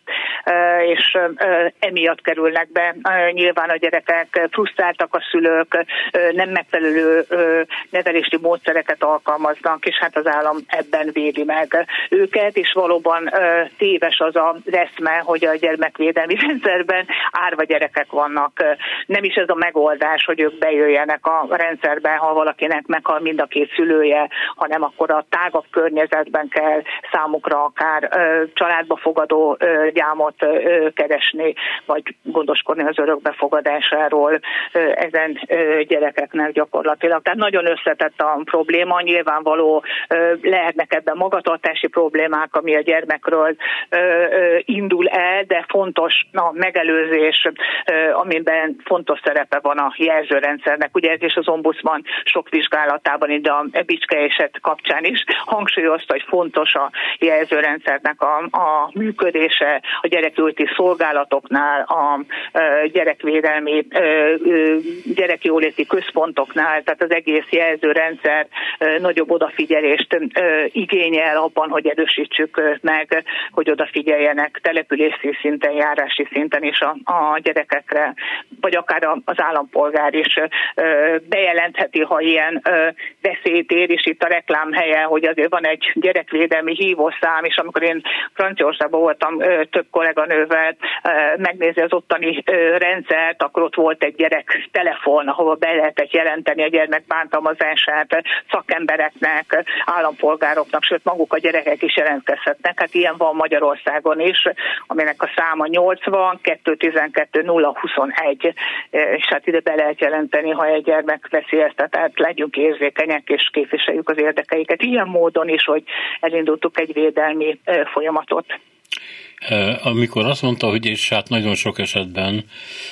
És emiatt kerülnek be nyilván a gyerekek, frusztráltak a szülők, nem megfelelő nevelési módszereket alkalmaznak, és hát az állam ebben védi meg őket, és valóban téves az a reszme, hogy a gyermekvédelmi rendszerben árva gyerekek vannak. Nem is ez a megoldás, hogy ők bejöjjenek a rendszerbe, ha valakinek meghal mind a két szülője, hanem akkor a tágabb környezetben kell számukra akár családba fogadó gyámot keresni, vagy gondoskodni az örökbefogadásáról ezen gyerekeknek gyakorlatilag. Tehát nagyon összetett a probléma, nyilvánvaló lehetnek ebben magatartási problémák, ami a gyermekről indul el, de fontos a megelőzés, amiben fontos szerepe van a jelzőrendszernek. Ugye ez is az ombudsman sok vizsgálatában, így a Bicske eset kapcsán is hangsúlyozta, hogy fontos a jelzőrendszernek a működése, a gyerekjóléti szolgálatoknál, a gyerekvédelmi, gyerekjóléti központoknál, tehát az egész jelzőrendszer nagyobb odafigyelést igényel abban, hogy erősítsük meg, hogy odafigyeljenek települési szinten, járási szinten is a gyerekekre, vagy akár az állampolgár is bejelentheti, ha ilyen veszélyt ér, és itt a reklám helye, hogy azért van egy gyerekvédelmi hívószám, és amikor én Franciaországban voltam több kolléganővel megnézni az ottani rendszert, akkor ott volt egy gyerek telefon, ahova be lehetett jelenteni a gyermek bántalmazását szakembereknek, állampolgároknak, sőt maguk a gyerekek is jelentkezhetnek. Hát ilyen van Magyarországon is, aminek a száma 80 212 021, és hát ide be lehet jelenteni, ha egy gyermek veszélyeztetett, legyünk érzékenyek és képviseljük az érdekeiket. Ilyen módon is, hogy elindultuk egy védelmi folyamatot. Amikor azt mondta, hogy és hát nagyon sok esetben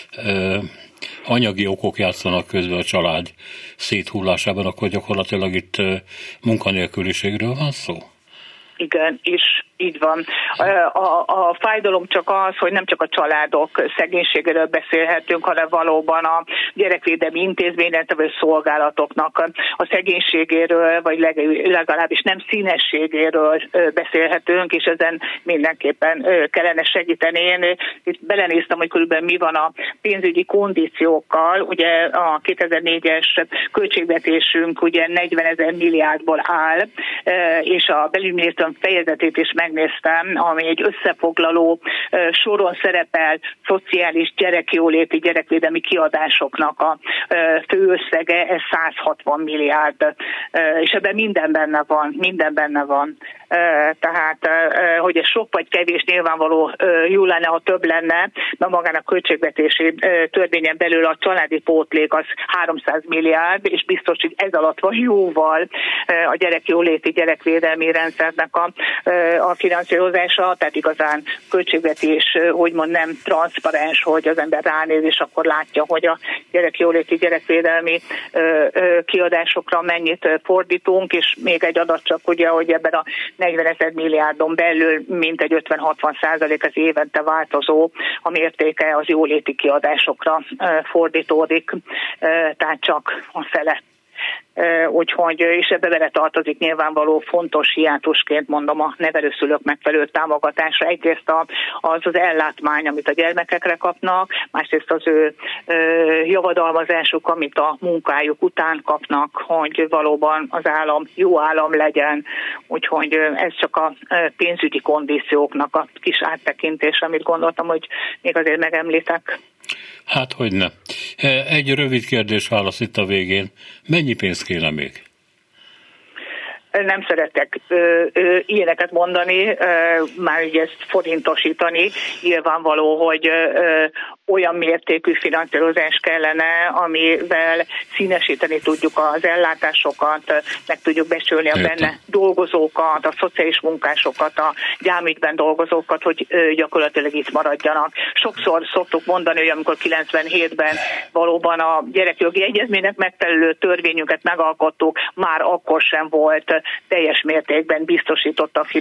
anyagi okok játszanak közben a család széthullásában, akkor gyakorlatilag itt munkanélküliségről van szó? Igen, és így van. A fájdalom csak az, hogy nem csak a családok szegénységéről beszélhetünk, hanem valóban a gyerekvédelmi intézmények vagy szolgálatoknak a szegénységéről, vagy legalábbis nem színességéről beszélhetünk, és ezen mindenképpen kellene segíteni. Én itt belenéztem, hogy körülbelül mi van a pénzügyi kondíciókkal. Ugye a 2004-es költségvetésünk ugye 40 000 milliárdból áll, és a belügyminisztérium fejezetét is megnéztem, ami egy összefoglaló soron szerepel szociális, gyerekjóléti, gyerekvédelmi kiadásoknak a főösszege, ez 160 milliárd, és ebben minden benne van. Tehát, hogy ez sok vagy kevés, nyilvánvaló jó lenne, ha több lenne, mert magának költségvetési törvényen belül a családi pótlék az 300 milliárd, és biztos, hogy ez alatt van jóval a gyerekjóléti, gyerekvédelmi rendszernek a finanszírozása, tehát igazán költségvetés, úgymond nem transzparens, hogy az ember ránéz, és akkor látja, hogy a gyerekjóléti, gyerekvédelmi kiadásokra mennyit fordítunk, és még egy adat csak ugye, hogy ebben a 40 000 milliárdon belül mintegy 50-60% az évente változó, a mértéke az jóléti kiadásokra fordítódik, tehát csak a fele. Úgyhogy, és ebbe bele tartozik nyilvánvaló fontos hiátusként, mondom, a nevelőszülők megfelelő támogatása. Egyrészt az ellátmány, amit a gyermekekre kapnak, másrészt az ő javadalmazásuk, amit a munkájuk után kapnak, hogy valóban az állam jó állam legyen. Úgyhogy ez csak a pénzügyi kondícióknak a kis áttekintés, amit gondoltam, hogy még azért megemlítek. Hát, hogy ne. Egy rövid kérdés válasz itt a végén. Mennyi pénz kéne még? nem szeretek ilyeneket mondani, már ugye ezt forintosítani. Nyilvánvaló, hogy olyan mértékű finanszírozás kellene, amivel színesíteni tudjuk az ellátásokat, meg tudjuk becsülni a benne dolgozókat, a szociális munkásokat, a gyámügyben dolgozókat, hogy gyakorlatilag itt maradjanak. Sokszor szoktuk mondani, hogy amikor 97-ben valóban a gyerekjogi egyezménynek megfelelő törvényünket megalkottuk, már akkor sem volt teljes mértékben biztosított a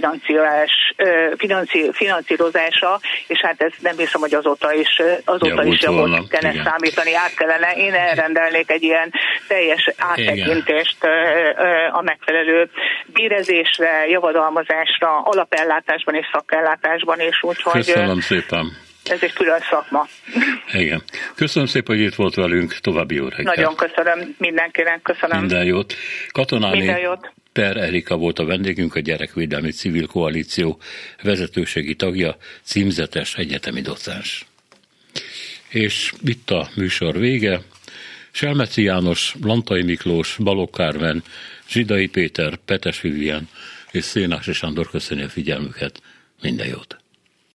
finanszírozása, és hát ez nem hiszem, hogy azóta is javult kellene számítani, át kellene. Én elrendelnék egy ilyen teljes áttekintést a megfelelő bérezésre, javadalmazásra, alapellátásban és szakellátásban is, úgyhogy köszönöm szépen. Ez egy külön szakma. Igen. Köszönöm szépen, hogy itt volt velünk, további jó reggelt. Nagyon köszönöm mindenkinek, köszönöm. Minden jót. Katonáné Minden jót. Per Erika volt a vendégünk, a Gyerekvédelmi Civil Koalíció vezetőségi tagja, címzetes egyetemi docens. És itt a műsor vége. Selmeci János, Lantai Miklós, Balogh Kármen, Zsidai Péter, Petes Vivien és Szénási Sándor köszöni a figyelmüket. Minden jót!